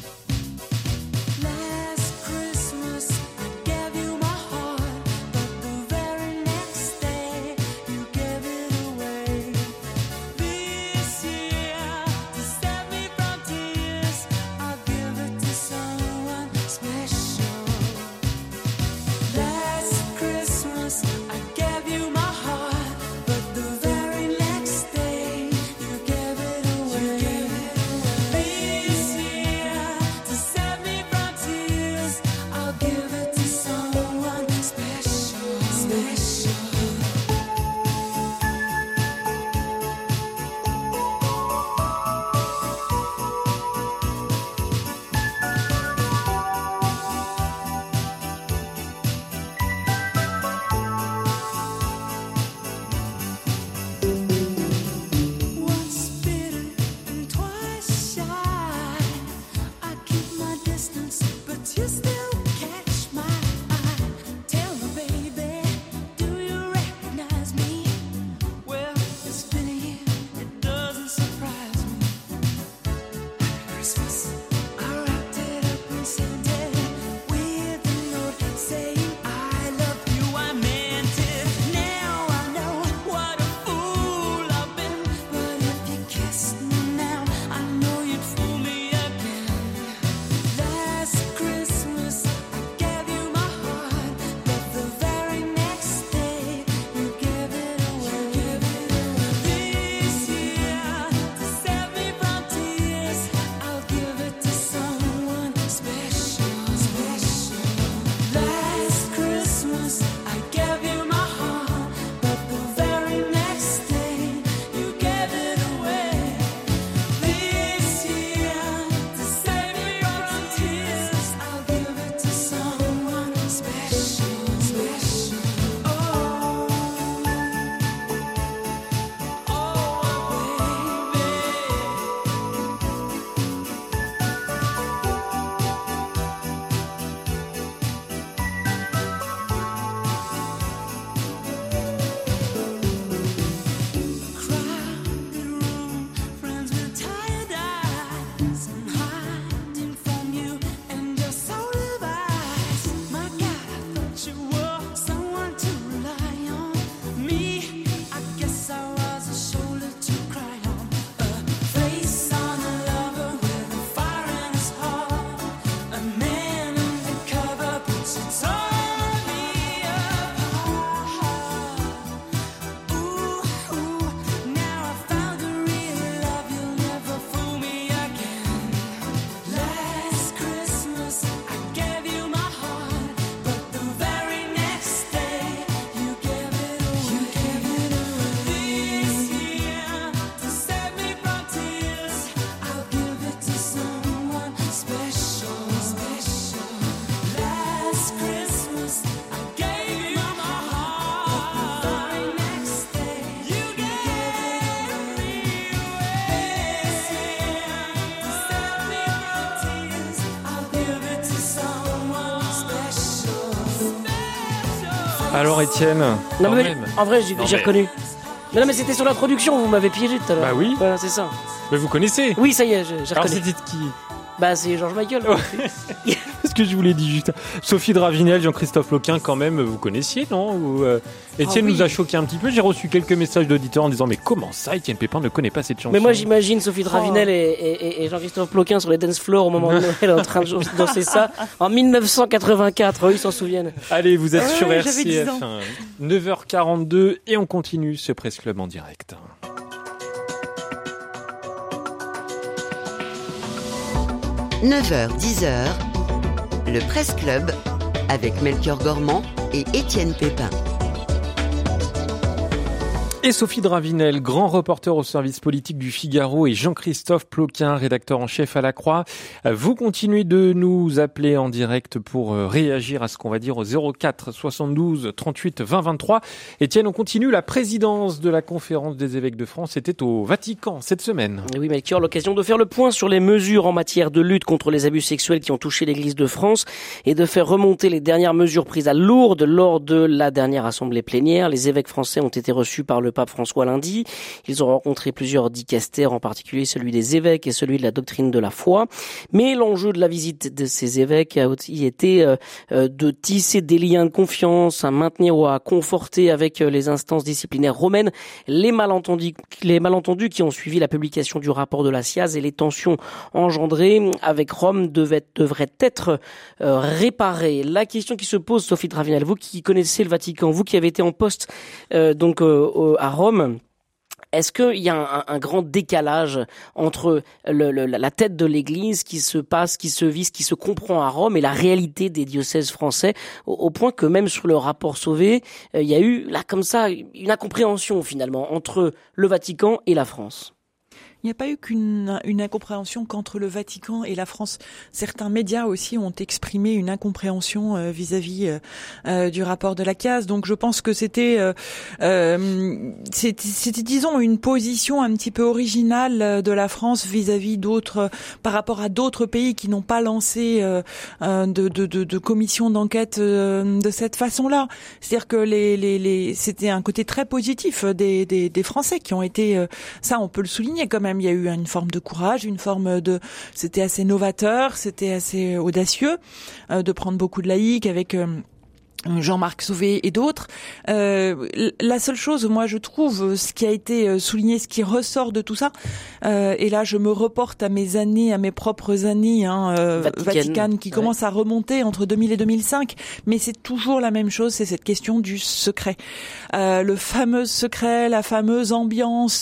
Alors Étienne, non, mais en vrai j'ai reconnu. Mais non mais c'était sur l'introduction, vous m'avez piégé tout à l'heure. Bah oui. Voilà, c'est ça. Mais vous connaissez. Oui, ça y est, j'ai Alors reconnu. c'était qui? Bah c'est George Michael. Ce que je vous l'ai dit juste. Sophie Dravinel, Jean-Christophe Loquin, quand même, vous connaissiez, non? Ou, Étienne oui. nous a choqué un petit peu. J'ai reçu quelques messages d'auditeurs en disant mais comment ça, Étienne Pépin ne connaît pas cette chanson? Mais moi j'imagine Sophie Dravinel et Jean-Christophe Loquin sur les dance floors au moment de Noël en train de danser ça en 1984. Eux, ils s'en souviennent. Allez, vous êtes sur j'avais 10 RCF, ans. 9h42 et on continue ce Presse Club en direct. « 9h, 10h, le Presse Club avec Melchior Gormand et Étienne Pépin. Et Sophie Dravinel, grand reporter au service politique du Figaro, et Jean-Christophe Ploquin, rédacteur en chef à La Croix. Vous continuez de nous appeler en direct pour réagir à ce qu'on va dire au 04 72 38 20 23. Étienne, on continue. La présidence de la conférence des évêques de France était au Vatican cette semaine. Oui, Melchior, l'occasion de faire le point sur les mesures en matière de lutte contre les abus sexuels qui ont touché l'Église de France et de faire remonter les dernières mesures prises à Lourdes lors de la dernière assemblée plénière. Les évêques français ont été reçus par le pape François lundi. Ils ont rencontré plusieurs dicastères, en particulier celui des évêques et celui de la doctrine de la foi. Mais l'enjeu de la visite de ces évêques a aussi été de tisser des liens de confiance, à maintenir ou à conforter avec les instances disciplinaires romaines les malentendus qui ont suivi la publication du rapport de la SIAZ, et les tensions engendrées avec Rome devraient être réparées. La question qui se pose, Sophie Dravinel, vous qui connaissez le Vatican, vous qui avez été en poste à Rome, est-ce qu'il y a un grand décalage entre la tête de l'Église qui se passe, qui se vise, qui se comprend à Rome, et la réalité des diocèses français, au point que même sur le rapport Sauvé, il y a eu là comme ça une incompréhension finalement entre le Vatican et la France? Il n'y a pas eu qu'une incompréhension qu'entre le Vatican et la France. Certains médias aussi ont exprimé une incompréhension vis-à-vis du rapport de la CAS. Donc je pense que c'était disons une position un petit peu originale de la France vis-à-vis d'autres, par rapport à d'autres pays qui n'ont pas lancé de commission d'enquête de cette façon-là. C'est-à-dire que c'était un côté très positif des Français qui ont été, ça on peut le souligner quand même. Il y a eu une forme de courage, c'était assez novateur, c'était assez audacieux de prendre beaucoup de laïcs avec Jean-Marc Sauvé et d'autres. La seule chose, moi je trouve, ce qui a été souligné, ce qui ressort de tout ça, et là je me reporte à mes propres années Vatican qui commence à remonter entre 2000 et 2005, mais c'est toujours la même chose, c'est cette question du secret. Le fameux secret, la fameuse ambiance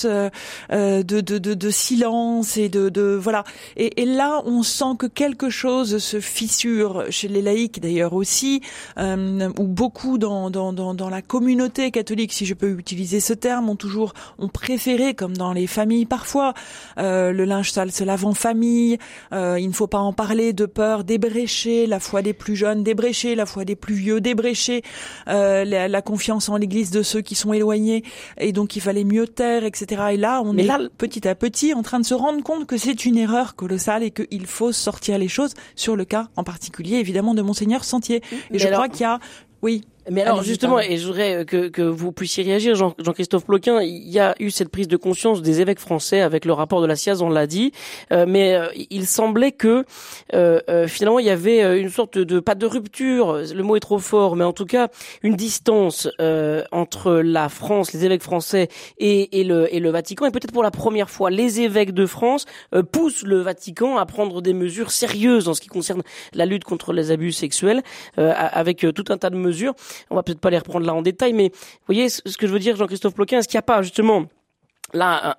de silence et voilà. Et là on sent que quelque chose se fissure chez les laïcs d'ailleurs aussi, où beaucoup dans la communauté catholique, si je peux utiliser ce terme, ont préféré, comme dans les familles parfois, le linge sale se lave en famille, il ne faut pas en parler de peur d'ébrécher la foi des plus jeunes, d'ébrécher la foi des plus vieux, d'ébrécher la confiance en l'Église de ceux qui sont éloignés, et donc il fallait mieux taire, etc. Et là, on est petit à petit en train de se rendre compte que c'est une erreur colossale et qu'il faut sortir les choses sur le cas en particulier, évidemment, de Monseigneur Sentier. Et je crois qu'il y a... Oui. Mais alors justement, et je voudrais que vous puissiez réagir, Jean-Christophe Ploquin, il y a eu cette prise de conscience des évêques français avec le rapport de la SIAZ, on l'a dit, mais il semblait que finalement il y avait une sorte de, pas de rupture, le mot est trop fort, mais en tout cas une distance entre la France, les évêques français et le Vatican, et peut-être pour la première fois, les évêques de France poussent le Vatican à prendre des mesures sérieuses en ce qui concerne la lutte contre les abus sexuels, avec tout un tas de mesures. On va peut-être pas les reprendre là en détail, mais vous voyez ce que je veux dire, Jean-Christophe Ploquin, est-ce qu'il n'y a pas justement là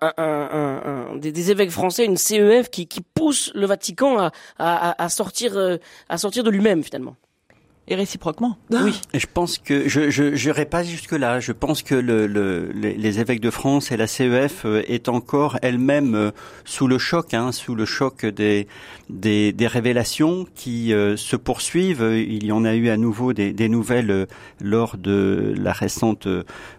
des évêques français, une CEF qui pousse le Vatican à sortir de lui-même finalement? Et réciproquement. Oui. Et je pense que j'irai pas jusque là. Je pense que les évêques de France et la CEF est encore elle-même sous le choc des révélations qui se poursuivent. Il y en a eu à nouveau des nouvelles lors de la récente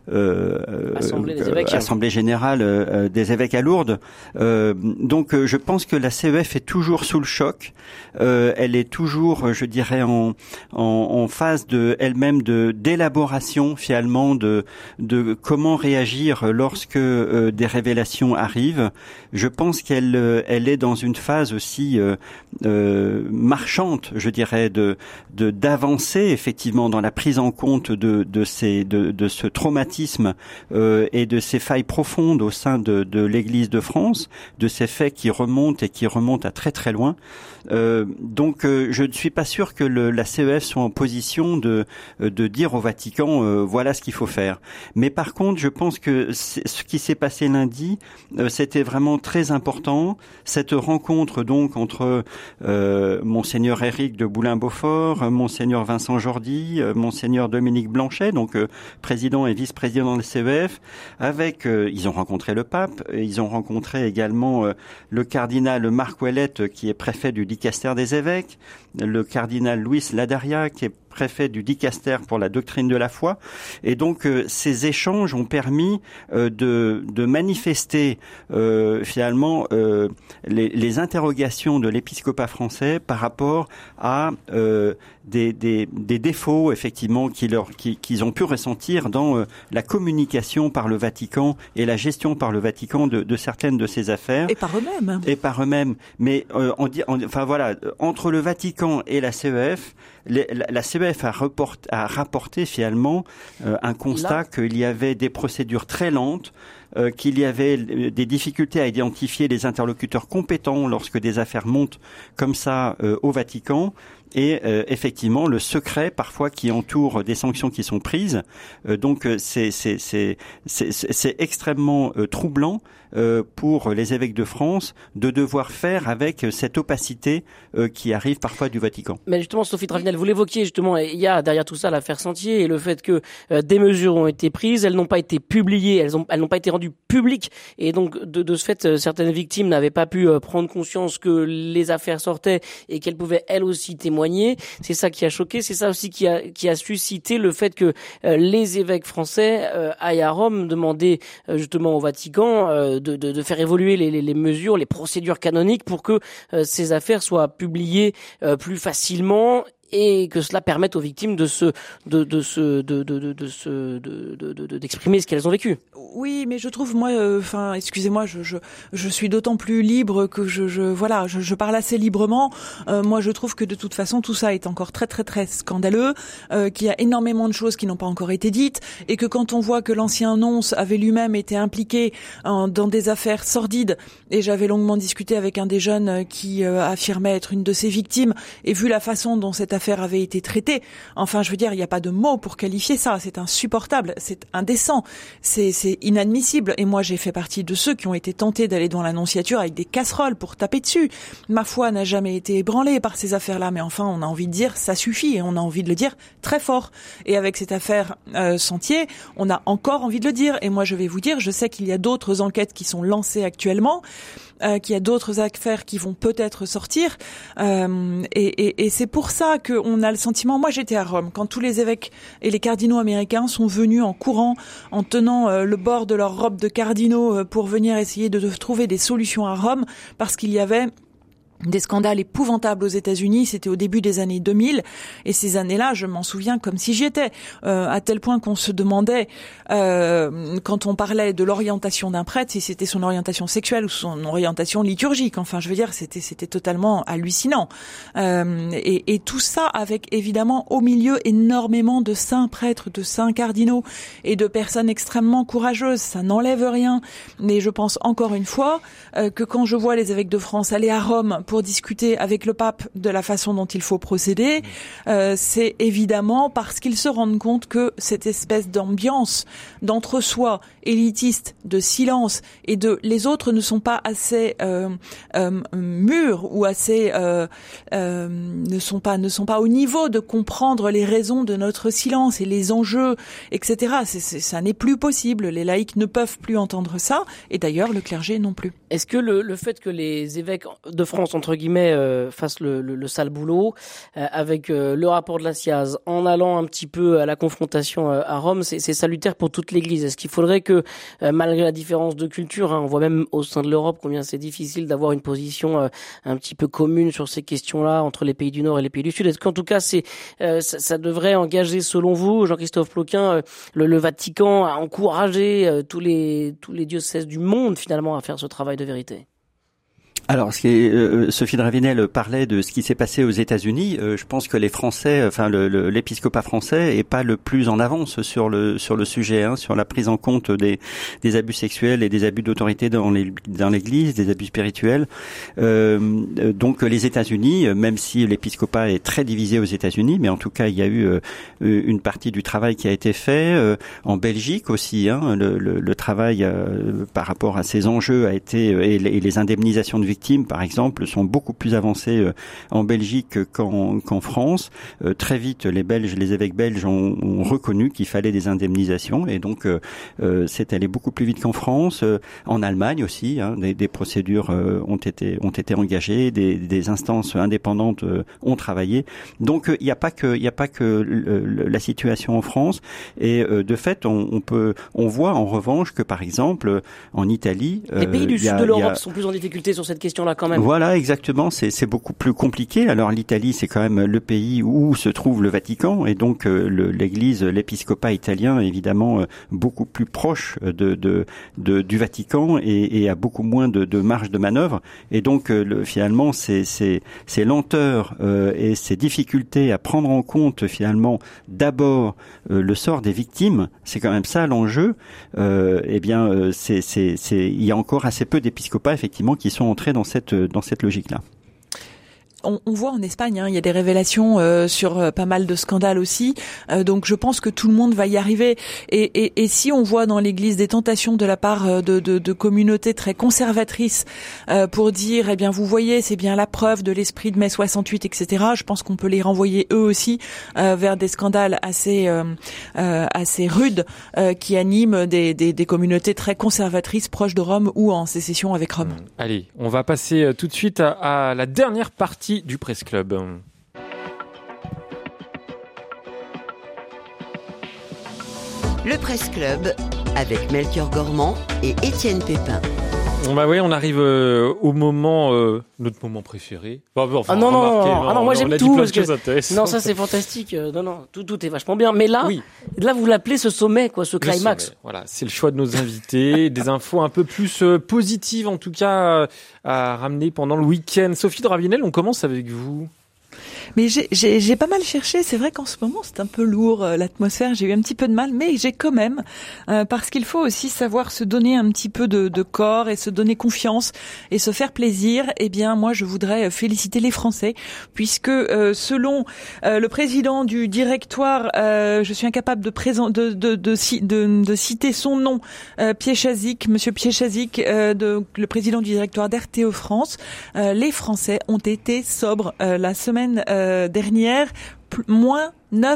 Assemblée générale des évêques à Lourdes. Donc je pense que la CEF est toujours sous le choc. Elle est toujours, je dirais, en phase elle-même d'élaboration finalement de comment réagir lorsque des révélations arrivent. Je pense qu'elle est dans une phase aussi marchande, je dirais, d'avancer effectivement dans la prise en compte de ce traumatisme et de ces failles profondes au sein de l'Église de France, de ces faits qui remontent à très très loin. Donc je ne suis pas sûr que la CEF soit en position de dire au Vatican voilà ce qu'il faut faire. Mais par contre, je pense que ce qui s'est passé lundi, c'était vraiment très important. Cette rencontre donc entre Monseigneur Éric de Boulin-Beaufort, Monseigneur Vincent Jordi, Monseigneur Dominique Blanchet, donc président et vice-président de la CEF, avec ils ont rencontré le pape, ils ont rencontré également le cardinal Marc Ouellette, qui est préfet du dicaster des évêques, le cardinal Luis Ladaria, qui est préfet du dicaster pour la doctrine de la foi. Et donc ces échanges ont permis de manifester finalement les interrogations de l'épiscopat français par rapport à des défauts effectivement qu'ils ont pu ressentir dans la communication par le Vatican et la gestion par le Vatican de certaines de ces affaires. Et par eux-mêmes. Et par eux-mêmes. Mais enfin voilà, entre le Vatican et la CEF, la CEF a rapporté finalement un constat qu'il y avait des procédures très lentes, qu'il y avait des difficultés à identifier les interlocuteurs compétents lorsque des affaires montent comme ça au Vatican. Et effectivement, le secret parfois qui entoure des sanctions qui sont prises. Donc c'est extrêmement troublant pour les évêques de France de devoir faire avec cette opacité qui arrive parfois du Vatican. Mais justement, Sophie Dravinel, vous l'évoquiez justement, il y a derrière tout ça l'affaire Sentier et le fait que des mesures ont été prises, elles n'ont pas été publiées, elles n'ont pas été rendues publiques, et donc de ce fait, certaines victimes n'avaient pas pu prendre conscience que les affaires sortaient et qu'elles pouvaient elles aussi témoigner. C'est ça qui a choqué, c'est ça aussi qui a suscité le fait que les évêques français aillent à Rome demander justement au Vatican de faire évoluer les mesures, les procédures canoniques pour que ces affaires soient publiées plus facilement et que cela permette aux victimes d'exprimer ce qu'elles ont vécu. Oui, mais je trouve moi, excusez-moi, je suis d'autant plus libre que je parle assez librement. Moi, je trouve que de toute façon, tout ça est encore très très très scandaleux, qu'il y a énormément de choses qui n'ont pas encore été dites, et que quand on voit que l'ancien nonce avait lui-même été impliqué dans des affaires sordides, et j'avais longuement discuté avec un des jeunes qui affirmait être une de ces victimes, et vu la façon dont cette affaire avait été traitée, enfin, je veux dire, il n'y a pas de mots pour qualifier ça. C'est insupportable, c'est indécent, c'est inadmissible. Et moi, j'ai fait partie de ceux qui ont été tentés d'aller dans la nonciature avec des casseroles pour taper dessus. Ma foi n'a jamais été ébranlée par ces affaires-là, mais enfin, on a envie de dire, ça suffit, et on a envie de le dire très fort. Et avec cette affaire Sentier, on a encore envie de le dire. Et moi, je vais vous dire, je sais qu'il y a d'autres enquêtes qui sont lancées actuellement, qu'il y a d'autres affaires qui vont peut-être sortir, et c'est pour ça qu'on a le sentiment. Moi, j'étais à Rome quand tous les évêques et les cardinaux américains sont venus en courant, en tenant le bord de leur robe de cardinaux pour venir essayer de trouver des solutions à Rome, parce qu'il y avait des scandales épouvantables aux États-Unis. C'était au début des années 2000, et ces années-là, je m'en souviens comme si j'y étais, à tel point qu'on se demandait, quand on parlait de l'orientation d'un prêtre, si c'était son orientation sexuelle ou son orientation liturgique. Enfin, je veux dire, c'était totalement hallucinant. Et tout ça avec évidemment au milieu énormément de saints prêtres, de saints cardinaux et de personnes extrêmement courageuses. Ça n'enlève rien, mais je pense encore une fois que quand je vois les évêques de France aller à Rome pour discuter avec le pape de la façon dont il faut procéder, c'est évidemment parce qu'ils se rendent compte que cette espèce d'ambiance d'entre-soi élitiste, de silence, et les autres ne sont pas assez mûrs ou assez ne sont pas au niveau de comprendre les raisons de notre silence et les enjeux, etc. Ça n'est plus possible. Les laïcs ne peuvent plus entendre ça, et d'ailleurs le clergé non plus. Est-ce que le fait que les évêques de France, entre guillemets, fassent le sale boulot, avec le rapport de la SIAZ, en allant un petit peu à la confrontation à Rome, c'est salutaire pour toute l'Église? Est-ce qu'il faudrait que, malgré la différence de culture, on voit même au sein de l'Europe combien c'est difficile d'avoir une position un petit peu commune sur ces questions-là entre les pays du Nord et les pays du Sud? Est-ce qu'en tout cas ça devrait engager, selon vous, Jean-Christophe Ploquin, le Vatican à encourager tous les diocèses du monde finalement à faire ce travail de vérité? Alors, Sophie de Ravenel parlait de ce qui s'est passé aux États-Unis. Je pense que les Français, l'épiscopat français, est pas le plus en avance sur le sujet, sur la prise en compte des abus sexuels et des abus d'autorité dans l'Église, des abus spirituels. Donc, les États-Unis, même si l'épiscopat est très divisé aux États-Unis, mais en tout cas, il y a eu une partie du travail qui a été fait en Belgique aussi. Le travail par rapport à ces enjeux a été et les indemnisations de victimes, par exemple, sont beaucoup plus avancées en Belgique qu'en France. Très vite, les évêques belges ont reconnu qu'il fallait des indemnisations, et donc c'est allé beaucoup plus vite qu'en France. En Allemagne aussi, des procédures ont été engagées, des instances indépendantes ont travaillé. Donc il n'y a pas que la situation en France, et de fait on voit en revanche que par exemple en Italie, les pays du sud de l'Europe sont plus en difficulté sur cette question-là quand même. Voilà, exactement, c'est beaucoup plus compliqué. Alors l'Italie, c'est quand même le pays où se trouve le Vatican, et donc l'épiscopat italien est évidemment beaucoup plus proche du Vatican et a beaucoup moins de marge de manœuvre. Et donc finalement ces lenteurs et ces difficultés à prendre en compte finalement d'abord le sort des victimes, c'est quand même ça l'enjeu. Il y a encore assez peu d'épiscopats effectivement qui sont entrés dans cette logique-là. On voit en Espagne, il y a des révélations sur pas mal de scandales aussi. Donc je pense que tout le monde va y arriver. Et si on voit dans l'Église des tentations de la part de communautés très conservatrices pour dire, eh bien vous voyez, c'est bien la preuve de l'esprit de mai 68, etc. Je pense qu'on peut les renvoyer eux aussi vers des scandales assez rudes qui animent des communautés très conservatrices proches de Rome ou en sécession avec Rome. Allez, on va passer tout de suite à la dernière partie du Presse Club. Le Presse Club avec Melchior Gormand et Étienne Pépin. Bah oui, on arrive au moment, notre moment préféré. Enfin, non, moi j'aime tout parce que non, ça c'est fantastique. Non, tout est vachement bien. Mais là, là vous l'appelez ce sommet, ce climax. Sommet, voilà, c'est le choix de nos invités, des infos un peu plus positives en tout cas à ramener pendant le week-end. Sophie de Ravenel, on commence avec vous. Mais j'ai pas mal cherché. C'est vrai qu'en ce moment, c'est un peu lourd, l'atmosphère. J'ai eu un petit peu de mal, mais j'ai quand même, parce qu'il faut aussi savoir se donner un petit peu de corps et se donner confiance et se faire plaisir. Eh bien, moi, je voudrais féliciter les Français, puisque selon le président du directoire, je suis incapable de citer son nom, Monsieur Piéchazic, le président du directoire d'RTE France. Les Français ont été sobres la semaine dernière, moins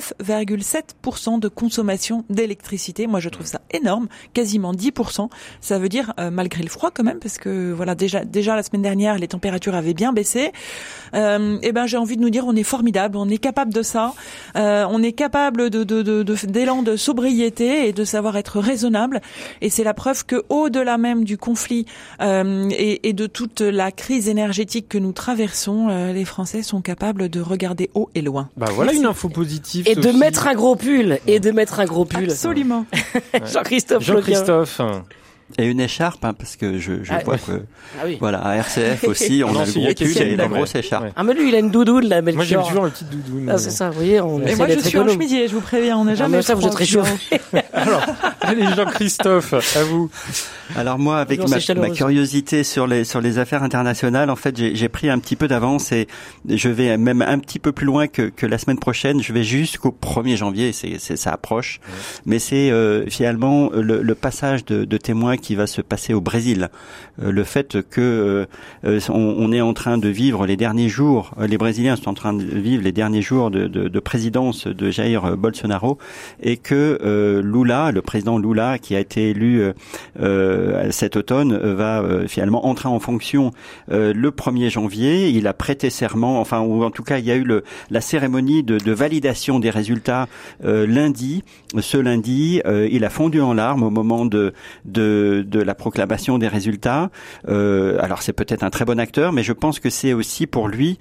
9,7% de consommation d'électricité. Moi, je trouve ça énorme, quasiment 10%. Ça veut dire, malgré le froid quand même, parce que voilà, déjà la semaine dernière, les températures avaient bien baissé. J'ai envie de nous dire, on est formidable, on est capable de ça. On est capable d'élan de sobriété et de savoir être raisonnable. Et c'est la preuve que, au-delà même du conflit et de toute la crise énergétique que nous traversons, les Français sont capables de regarder haut et loin. Bah voilà une info positive. Et de mettre un gros pull. Absolument. Jean-Christophe. Et une écharpe, parce que je vois que voilà, à RCF aussi, on a le gros pull et la grosse écharpe. Ah mais lui, il a une doudoune là, Melchior. Moi j'ai toujours une petite doudoune. Ah c'est ça, vous voyez, on essaie moi je d'être suis en économe. chemisier, je vous préviens, on n'a jamais ça vous êtes réchauffé. Alors, allez Jean-Christophe, à vous. Alors moi, avec ma curiosité sur les affaires internationales, en fait, j'ai pris un petit peu d'avance et je vais même un petit peu plus loin que la semaine prochaine. Je vais jusqu'au 1er janvier, ça approche. Mais c'est finalement le passage de témoins qui va se passer au Brésil. Le fait que on est en train de vivre les derniers jours, les Brésiliens sont en train de vivre les derniers jours de présidence de Jair Bolsonaro, et que Lula, le président Lula, qui a été élu cet automne, va finalement entrer en fonction le 1er janvier. Il a prêté serment, ou en tout cas il y a eu la cérémonie de validation des résultats lundi. Ce lundi, il a fondu en larmes au moment de la proclamation des résultats. Alors c'est peut-être un très bon acteur, mais je pense que c'est aussi pour lui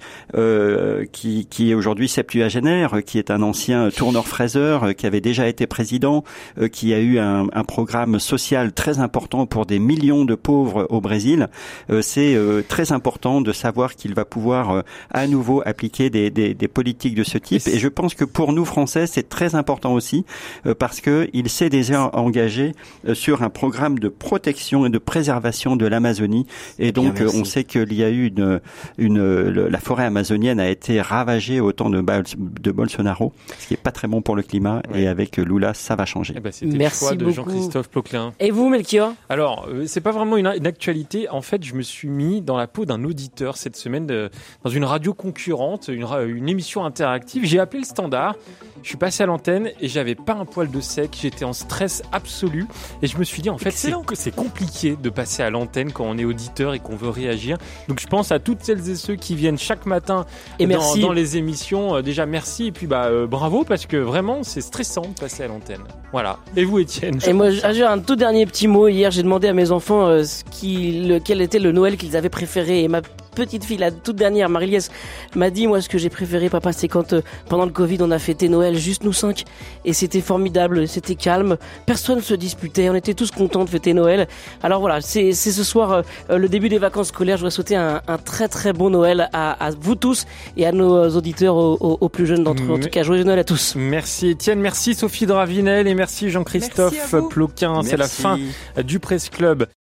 qui est aujourd'hui septuagénaire, qui est un ancien tourneur-fraiseur, qui avait déjà été président, qui a eu un programme social très important pour des millions de pauvres au Brésil. C'est très important de savoir qu'il va pouvoir à nouveau appliquer des politiques de ce type. Et je pense que pour nous Français, c'est très important aussi parce que il s'est déjà engagé sur un programme de protection et de préservation de l'Amazonie. Et donc, on sait qu'il y a eu la forêt amazonienne a été ravagée au temps de Bolsonaro, ce qui est pas très bon pour le climat. Ouais. Et avec Lula, ça va changer. C'était le choix de Jean-Christophe Ploquelin. Et vous, Melchior? Alors, c'est pas vraiment une actualité. En fait, je me suis mis dans la peau d'un auditeur cette semaine dans une radio concurrente, une émission interactive. J'ai appelé le standard. Je suis passé à l'antenne et j'avais pas un poil de sec. J'étais en stress absolu. Et je me suis dit, en fait, c'est compliqué de passer à l'antenne quand on est auditeur et qu'on veut réagir. Donc, je pense à toutes celles et ceux qui viennent chaque matin dans les émissions. Déjà, merci. Et puis, bravo, parce que vraiment, c'est stressant de passer à l'antenne. Voilà. Et vous, Étienne? Et moi, j'ai un tout dernier petit mot. Hier, j'ai demandé à mes enfants quel était le Noël qu'ils avaient préféré. Et ma petite fille, la toute dernière, Marie-Liesse, m'a dit, moi, ce que j'ai préféré, papa, c'est quand, pendant le Covid, on a fêté Noël, juste nous 5. Et c'était formidable, c'était calme. Personne ne se disputait. On était tous contents de fêter Noël. Alors voilà, c'est ce soir, le début des vacances scolaires. Je voudrais souhaiter un très très bon Noël à vous tous et à nos auditeurs aux plus jeunes d'entre eux. En tout cas, joyeux Noël à tous. Merci Étienne, merci Sophie Dravinel et merci Jean-Christophe Ploquin. C'est la fin du Presse Club.